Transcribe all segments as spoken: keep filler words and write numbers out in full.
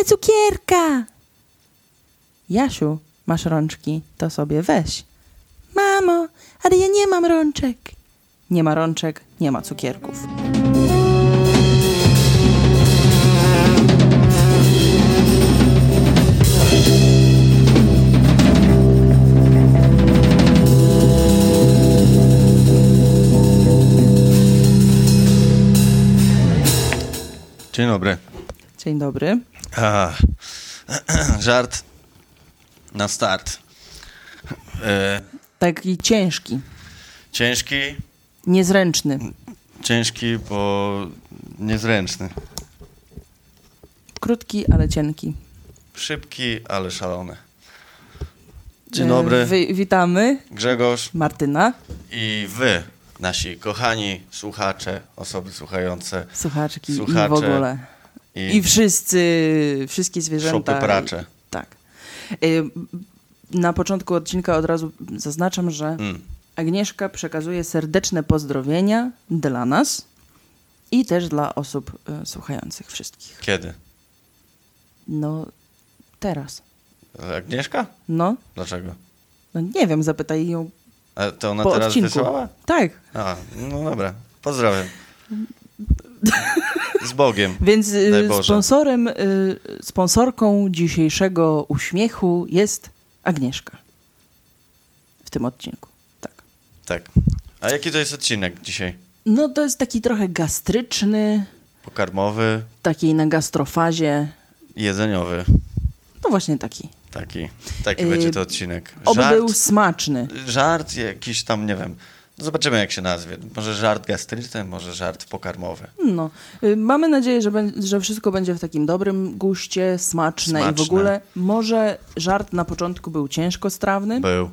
chcę cukierka. Jasiu, masz rączki, to sobie weź. Mamo, ale ja nie mam rączek. Nie ma rączek, nie ma cukierków. Dzień dobry. Dzień dobry. A, żart na start. E, Taki ciężki, ciężki, niezręczny. ciężki, bo niezręczny. Krótki, ale cienki. Szybki, ale szalony. Dzień dobry. E, wy, witamy. Grzegorz Martyna. i wy, nasi kochani słuchacze, osoby słuchające. Słuchaczki Słuchacze i w ogóle. I, I wszyscy, wszystkie zwierzęta. szopy pracze. I, tak. Na początku odcinka od razu zaznaczam, że Mm. Agnieszka przekazuje serdeczne pozdrowienia dla nas i też dla osób y, słuchających wszystkich. Kiedy? No, teraz. Agnieszka? No, Dlaczego? no nie wiem, zapytaj ją A to ona po teraz odcinku. wysłała? Tak. A, no dobra. Pozdrawiam. Z Bogiem. Więc Daj y, Boże. sponsorem, y, sponsorką dzisiejszego uśmiechu jest Agnieszka. W tym odcinku. Tak. Tak. A jaki to jest odcinek dzisiaj? No to jest taki trochę gastryczny, Pokarmowy, taki na gastrofazie. jedzeniowy. No właśnie taki. Taki, taki Yy, będzie to odcinek. Oby Żart, był smaczny. żart jakiś tam, nie wiem. Zobaczymy, jak się nazwie. Może żart gastryczny, może żart pokarmowy. No. Y, Mamy nadzieję, że, bę- że wszystko będzie w takim dobrym guście, smaczne, i w Smaczne. ogóle. Może żart na początku był ciężkostrawny. Był.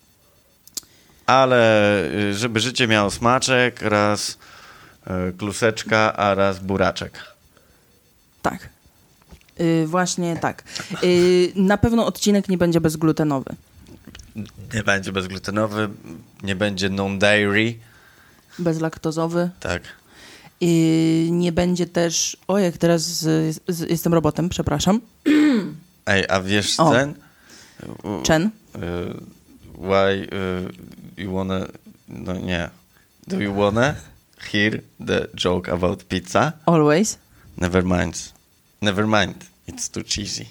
Ale y, żeby życie miało smaczek, raz y, kluseczka, a raz buraczek. Tak. Y, właśnie tak. Y, na pewno odcinek nie będzie bezglutenowy. Nie będzie bezglutenowy, nie będzie non-dairy. Bezlaktozowy. Tak. Y, nie będzie też... O, jak teraz z, z, jestem robotem, przepraszam. Ej, a wiesz O. ten? U- Chen. y, why y, you wanna... No nie. Do you wanna hear the joke about pizza? Always. Never mind. Never mind. It's too cheesy.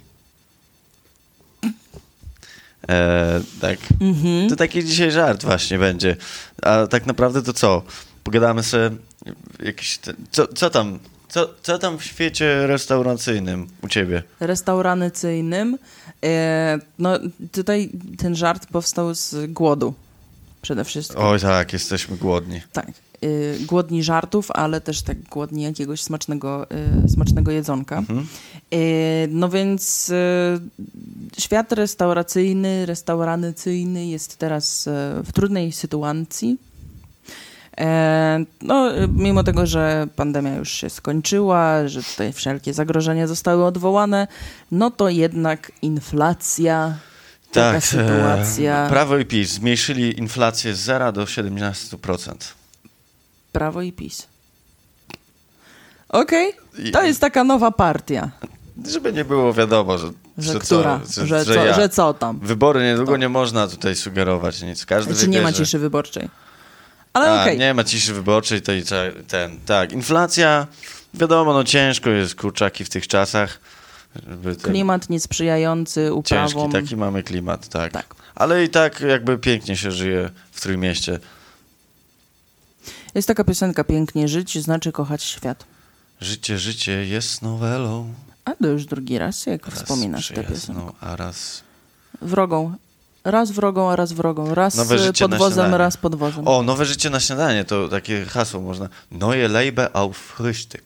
E, tak. Mhm. To taki dzisiaj żart właśnie będzie. A tak naprawdę to co? Pogadamy sobie jakiś... Te, co, co tam? Co, co tam w świecie restauracyjnym u ciebie? Restauracyjnym. E, no tutaj ten żart powstał z głodu. Przede wszystkim. Oj tak, jesteśmy głodni. Tak. Y, głodni żartów, ale też tak głodni jakiegoś smacznego, y, smacznego jedzonka. Mhm. Y, no więc y, świat restauracyjny, restauracyjny jest teraz y, w trudnej sytuacji. E, no, y, mimo tego, że pandemia już się skończyła, że tutaj wszelkie zagrożenia zostały odwołane, no to jednak inflacja, taka Tak, sytuacja. e, Prawo i PiS zmniejszyli inflację z zera do siedemnastu procent. Prawo i PiS. Okej, I- to jest taka nowa partia. Żeby nie było wiadomo, że, Że, że która? co, że, że co, ja. że co tam? Wybory niedługo nie można tutaj sugerować nic. Każdy Czy nie ma wybierze. ciszy wyborczej? Ale A, okej. nie ma ciszy wyborczej, to i ca- ten. Tak, inflacja, wiadomo, no ciężko jest, kurczaki w tych czasach. Żeby ten Klimat niesprzyjający uprawom. ciężki, taki mamy klimat, tak. Tak. Ale i tak jakby pięknie się żyje w Trójmieście. Jest taka piosenka, pięknie żyć, znaczy kochać świat. Życie, życie jest nowelą. A to już drugi raz, jak Raz wspominasz tę piosenkę. przyjazną, a raz... Wrogą. Raz wrogą, a raz wrogą. Raz Nowe życie pod na wozem, śniadanie. raz pod wozem. O, nowe życie na śniadanie, to takie hasło można. Neue Leben auf Frühstück.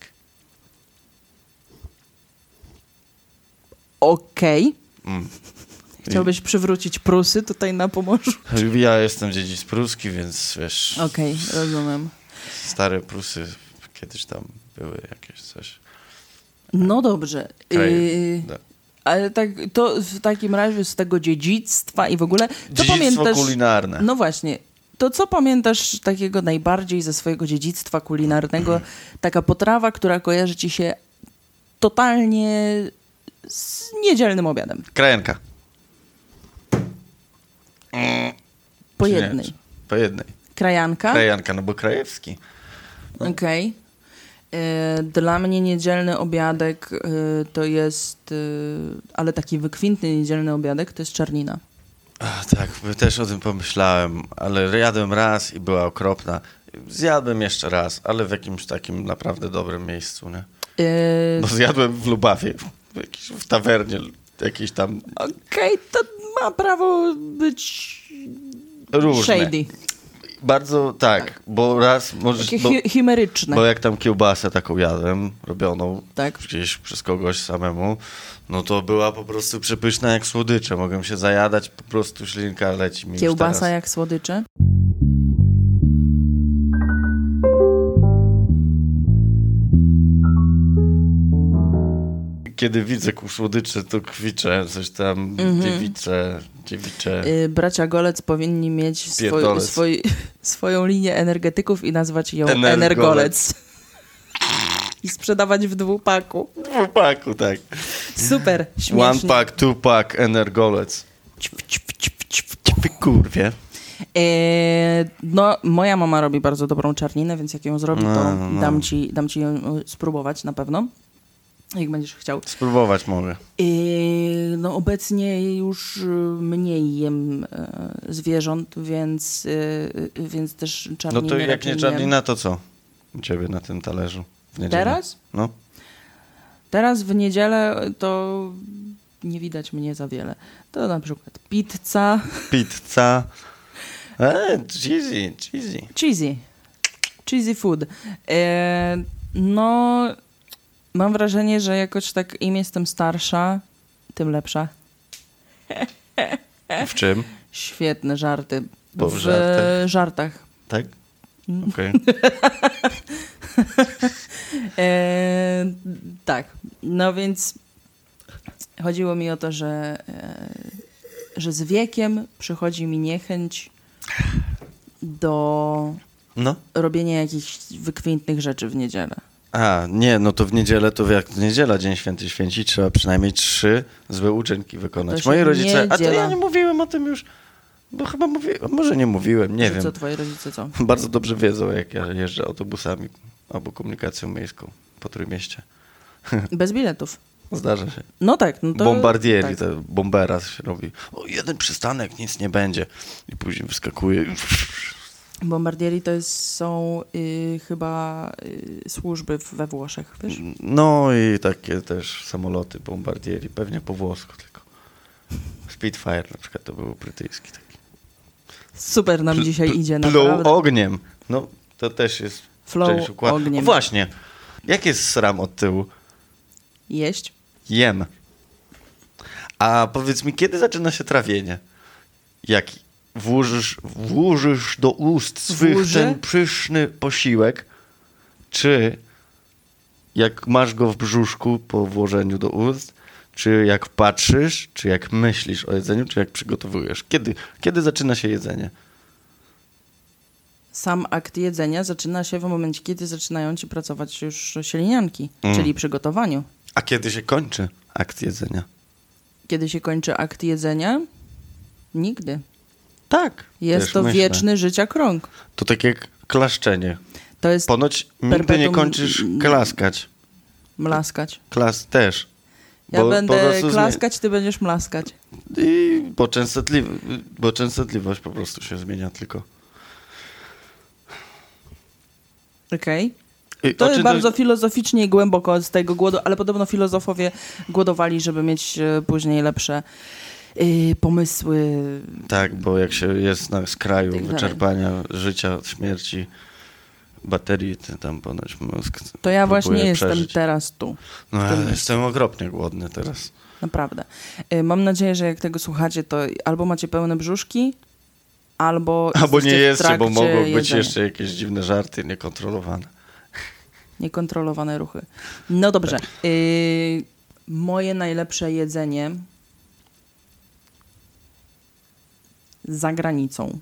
Okej. Mm. Chciałbyś przywrócić Prusy tutaj na Pomorzu? Ja jestem dziedzic pruski, więc wiesz, Okej, rozumiem. stare Prusy kiedyś tam były jakieś coś. No dobrze. Kraj- Yy, da. ale tak, to w takim razie z tego dziedzictwa i w ogóle... Co Dziedzictwo pamiętasz? kulinarne. No właśnie. To co pamiętasz takiego najbardziej ze swojego dziedzictwa kulinarnego? Taka potrawa, która kojarzy ci się totalnie z niedzielnym obiadem. Krajenka. Po Czy jednej. Nie? Po jednej. Krajanka? Krajanka, no bo krajewski. No. Okej. Okay. Dla mnie niedzielny obiadek y, to jest, y, ale taki wykwintny niedzielny obiadek to jest czarnina. Ach, tak, też o tym pomyślałem, ale jadłem raz i była okropna. Zjadłem jeszcze raz, ale w jakimś takim naprawdę dobrym miejscu, nie? Y... No zjadłem w Lubawie, w, jakiś, w tawernie jakiejś tam... Okej, okay, to ma prawo być różne. Shady. Bardzo tak, tak, bo raz możesz... Takie bo, hi- chimeryczne. Bo jak tam kiełbasę taką jadłem, robioną tak. gdzieś przez kogoś samemu, no to była po prostu przepyszna jak słodycze. Mogłem się zajadać, po prostu ślinka leci mi Kiełbasa już teraz. jak słodycze? Kiedy widzę ku słodycze, to kwiczę, coś tam, mm-hmm. dziewicze, dziewicze. Yy, bracia Golec powinni mieć swoj, swoj, swoją linię energetyków i nazwać ją Energolec. Energolec. I sprzedawać w dwupaku. W dwupaku, tak. Super, śmiesznie. One pack, two pack, Energolec. Kurwie. Eee, no, moja mama robi bardzo dobrą czarninę, więc jak ją zrobi, to no, no. Dam, ci, dam ci ją spróbować na pewno. Jak będziesz chciał. Spróbować mogę. Eee, no obecnie już mniej jem e, zwierząt, więc, e, więc też czarninę. No to jak nie czarnina, to co u ciebie na tym talerzu? W niedzielę? Teraz? No. Teraz w niedzielę to nie widać mnie za wiele. To na przykład pizza. Pizza. E, cheesy, cheesy. Cheesy. Cheesy food. E, no, mam wrażenie, że jakoś tak im jestem starsza, tym lepsza. W czym? Świetne żarty. Bo w, w żartach. żartach. Tak? Okej. Okay. e, tak. No więc chodziło mi o to, że, e, że z wiekiem przychodzi mi niechęć do no. robienia jakichś wykwintnych rzeczy w niedzielę. A, nie, no to w niedzielę, to jak niedziela, Dzień Święty Święci, trzeba przynajmniej trzy złe uczynki wykonać. Moi rodzice, niedziela. A to ja nie mówiłem o tym już, bo chyba mówiłem, może nie mówiłem, nie że wiem. Co twoi rodzice, co? Bardzo dobrze wiedzą, jak ja jeżdżę autobusami albo komunikacją miejską po Trójmieście. Bez biletów. Zdarza się. No tak. No to, Bombardieri, tak. te bombera się robi. O, jeden przystanek, nic nie będzie. I później wyskakuje. Bombardieri to jest, są y, chyba y, służby we Włoszech, wiesz? No i takie też samoloty bombardieri, pewnie po włosku tylko. Spitfire na przykład to był brytyjski taki. Super nam Pl- dzisiaj pl- idzie, pluł naprawdę. ogniem. No to też jest Flow część układu. ogniem. O, właśnie. Jak jest sram od tyłu? Jeść? Jem. A powiedz mi, kiedy zaczyna się trawienie? Jak włożysz, włożysz do ust swych Włoży? ten pyszny posiłek, czy jak masz go w brzuszku po włożeniu do ust, czy jak patrzysz, czy jak myślisz o jedzeniu, czy jak przygotowujesz? Kiedy, kiedy zaczyna się jedzenie? Sam akt jedzenia zaczyna się w momencie, kiedy zaczynają ci pracować już sielinianki, Mm. czyli przygotowaniu. A kiedy się kończy akt jedzenia? Kiedy się kończy akt jedzenia? Nigdy. Tak. Jest to myślę. wieczny życia krąg. To tak jak klaszczenie. To jest Ponoć nigdy nie perpetuum kończysz klaskać. mlaskać. Klas też. Ja Bo po będę prostu klaskać, ty będziesz mlaskać. I bo, częstotli... bo częstotliwość po prostu się zmienia tylko. Okej. I To o jest czym bardzo filozoficznie i głęboko z tego głodu, ale podobno filozofowie głodowali, żeby mieć e, później lepsze e, pomysły. Tak, bo jak się jest na skraju Tak wyczerpania życia, śmierci, baterii, to tam ponoć mózg To ja właśnie próbuje jestem przeżyć. teraz tu. No w tym ja miejscu. jestem okropnie głodny teraz. Naprawdę. E, Mam nadzieję, że jak tego słuchacie, to albo macie pełne brzuszki, albo Albo nie jesteście w jesteście, bo trakcie mogą być jedzenia. jeszcze jakieś dziwne żarty niekontrolowane. Niekontrolowane ruchy. No dobrze. Y, moje najlepsze jedzenie za granicą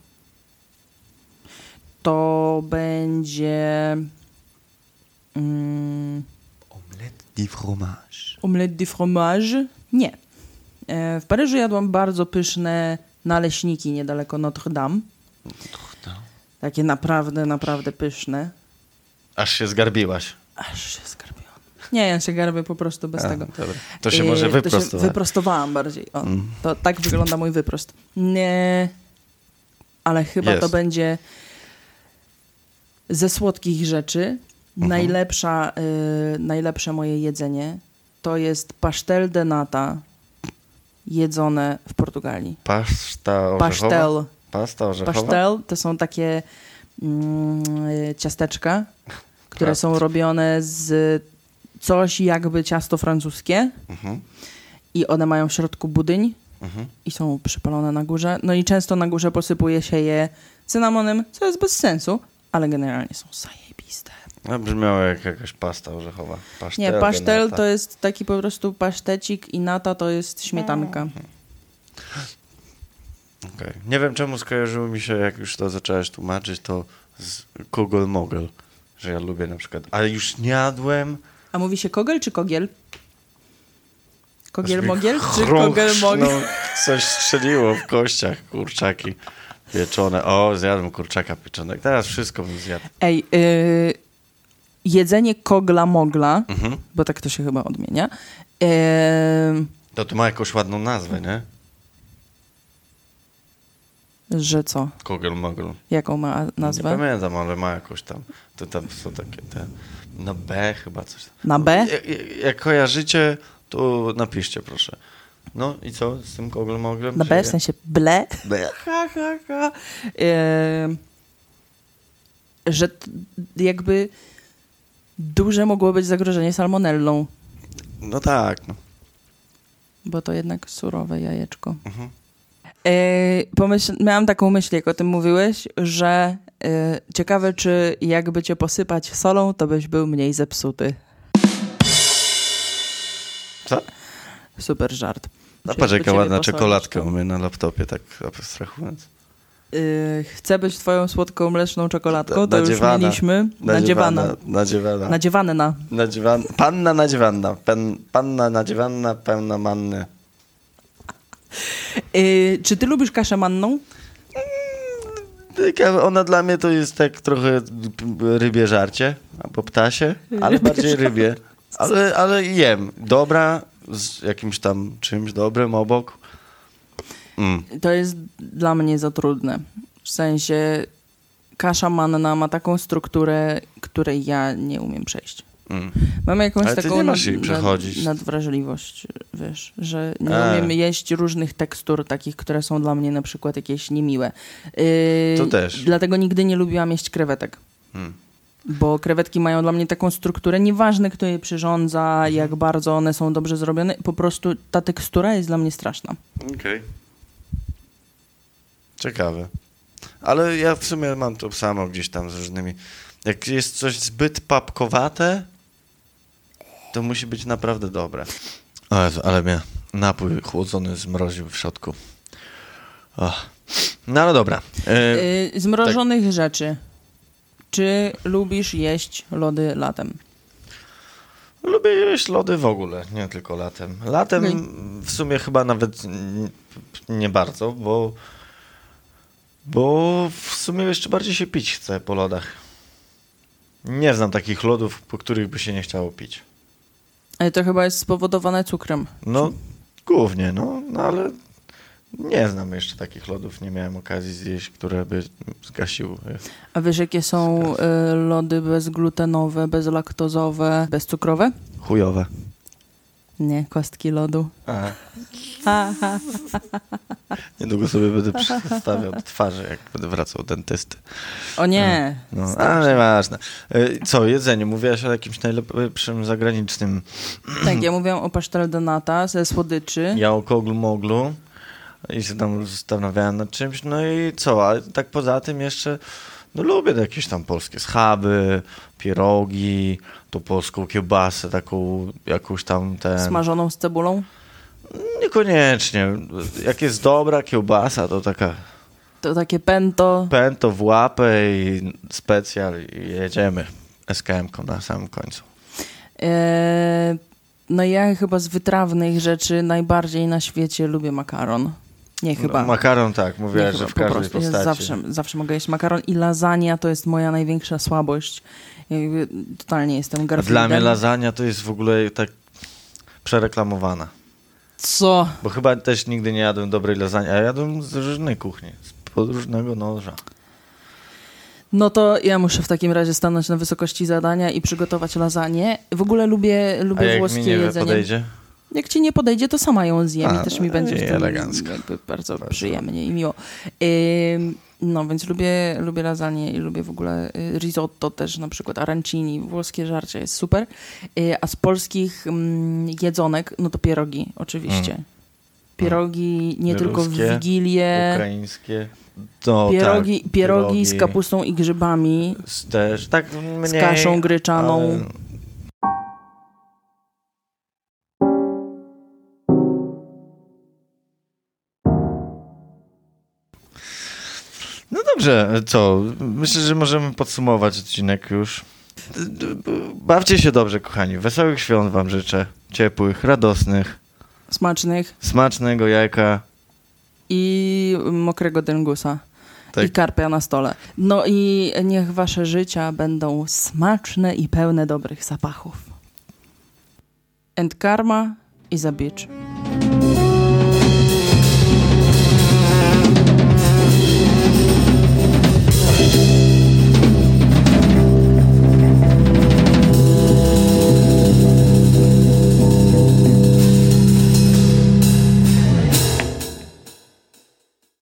to będzie mm, Omelette i fromage. Omelette de fromage? Nie. E, w Paryżu jadłam bardzo pyszne naleśniki niedaleko Notre Dame. Takie naprawdę, naprawdę pyszne. Aż się zgarbiłaś. Aż się zgarbiłam. Nie, ja się garbię po prostu bez A, tego. Dobra. To się może wyprostować. To się wyprostowałam bardziej. O, mm. To tak wygląda mój wyprost. Nie, ale chyba Jest. to będzie ze słodkich rzeczy. Uh-huh. Najlepsza, y, najlepsze moje jedzenie to jest pastel de nata jedzone w Portugalii. Pasta orzechowa? Pastel. Pasta orzechowa? Pastel to są takie mm, ciasteczka, które Kraft. są robione z coś jakby ciasto francuskie Uh-huh. i one mają w środku budyń Uh-huh. i są przypalone na górze. No i często na górze posypuje się je cynamonem, co jest bez sensu, ale generalnie są zajebiste. No, brzmiało jak jakaś pasta orzechowa. Pasztel Nie, pasztel nata. to jest taki po prostu pasztecik i nata to jest śmietanka. Okay. Nie wiem, czemu skojarzyło mi się, jak już to zacząłeś tłumaczyć, to z kogel-mogel, że ja lubię na przykład, ale już nie jadłem. A mówi się kogel czy kogiel? Aż Kogiel-mogiel mi czy chrząknął, kogel-mogiel? Coś strzeliło w kościach, kurczaki pieczone. O, zjadłem kurczaka pieczonego. Teraz wszystko bym zjadł. Ej, yy, jedzenie kogla-mogla, Mhm. bo tak to się chyba odmienia, yy, To tu ma jakąś ładną nazwę, nie? że co? Kogel-mogel. Jaką ma Nie nazwę? pamiętam, ale ma jakoś tam. To tam są takie te. Na B chyba coś. Na B? Jak, jak kojarzycie, to napiszcie proszę. No i co z tym kogel-moglem? Na B w sensie ble? B. Ha, ha, ha. Yy, że t- jakby duże mogło być zagrożenie salmonellą, No tak. No. bo to jednak surowe jajeczko. Mhm. Yy, pomyśl, miałam taką myśl, jak o tym mówiłeś, że yy, ciekawe, czy jakby cię posypać solą, to byś był mniej zepsuty. Co? Super żart. No Czy patrz, jakby jaka ciebie ładna posolić, czekoladka to- u mnie na laptopie, tak abstrahując. Yy, chcę być twoją słodką mleczną czekoladką, to już Nadziewana. mieliśmy. Nadziewana. Nadziewana. Nadziewane na. Nadziewana. Panna nadziewana. Pen, panna nadziewana, pełna manny. Yy, czy ty lubisz kaszę manną? Taka, ona dla mnie to jest tak trochę rybie żarcie, albo ptasie, ale Rybie bardziej rybie. Ale, ale jem. Dobra, z jakimś tam czymś dobrym obok. Mm. To jest dla mnie za trudne. W sensie kasza manna ma taką strukturę, której ja nie umiem przejść. Mm. Mam jakąś Ale ty taką nie masz jej nad- przechodzić. nadwrażliwość, wiesz, że nie A. umiem jeść różnych tekstur takich, które są dla mnie na przykład jakieś niemiłe. Yy, To też. Dlatego nigdy nie lubiłam jeść krewetek. Mm. Bo krewetki mają dla mnie taką strukturę, nieważne kto je przyrządza, Mhm. jak bardzo one są dobrze zrobione, po prostu ta tekstura jest dla mnie straszna. Okej. Okay. Ciekawe. Ale ja w sumie mam to samo gdzieś tam z różnymi. Jak jest coś zbyt papkowate, to musi być naprawdę dobre. O Jezu, ale mnie napój chłodzony zmroził w środku. Oh. No ale dobra. E, Yy, zmrożonych rzeczy. Czy lubisz jeść lody latem? Lubię jeść lody w ogóle, nie tylko latem. Latem Okej. w sumie chyba nawet nie, nie bardzo, bo, bo w sumie jeszcze bardziej się pić chce po lodach. Nie znam takich lodów, po których by się nie chciało pić. Ale to chyba jest spowodowane cukrem. No, głównie, no, no ale nie znam jeszcze takich lodów, nie miałem okazji zjeść, które by zgasiły. A wiesz, jakie są y, lody bezglutenowe, bezlaktozowe, bezcukrowe? Chujowe. Nie, kostki lodu. Aha. Ha, ha. Niedługo sobie będę przedstawiał twarzy, jak będę wracał od dentysty. O nie! No, Straszne. ale ważne. E, Co, jedzenie? Mówiłaś o jakimś najlepszym zagranicznym. Tak, ja mówiłam o pastel de nata ze słodyczy. Ja o koglu-moglu i się tam zastanawiałem nad czymś. No i co? Ale tak poza tym jeszcze no lubię jakieś tam polskie schaby, pierogi, tą polską kiełbasę, taką jakąś tam ten... Smażoną z cebulą. Niekoniecznie. Jak jest dobra kiełbasa, to taka To takie pento. pęto w łapę i specjal i jedziemy es ka emką na samym końcu. E, No ja chyba z wytrawnych rzeczy najbardziej na świecie lubię makaron. Nie chyba. No, makaron tak, mówiłaś, Nie, że chyba, w każdej po prostu. postaci. Ja zawsze, zawsze mogę jeść makaron i lasagna to jest moja największa słabość. Jakby totalnie jestem A garfieldem. dla mnie lasagna to jest w ogóle tak przereklamowana. Co? Bo chyba też nigdy nie jadłem dobrej lasagne, a jadłem z różnej kuchni, z podróżnego noża. No to ja muszę w takim razie stanąć na wysokości zadania i przygotować lasagne. W ogóle lubię, lubię A jak włoskie mi nie jedzenie. podejdzie? Jak ci nie podejdzie, to sama ją zjem A, i też mi będzie w tym elegancko. jakby bardzo, Bardzo. przyjemnie i miło. Ym, no więc lubię, lubię lasagne i lubię w ogóle y, risotto też, na przykład arancini, włoskie żarcie jest super. Y, a z polskich mm, jedzonek, no to pierogi oczywiście. Mm. Pierogi nie tylko w Ruskie, Wigilię. Ukraińskie. No, Pierogi, tak, pierogi z kapustą i grzybami, z też, tak mniej, z kaszą gryczaną. ale- No dobrze, co? Myślę, że możemy podsumować odcinek już. Bawcie się dobrze, kochani. Wesołych świąt wam życzę. Ciepłych, radosnych, Smacznych smacznego jajka. i mokrego dęgusa. Tak. I karpia na stole. No i niech wasze życia będą smaczne i pełne dobrych zapachów. And karma is a bitch.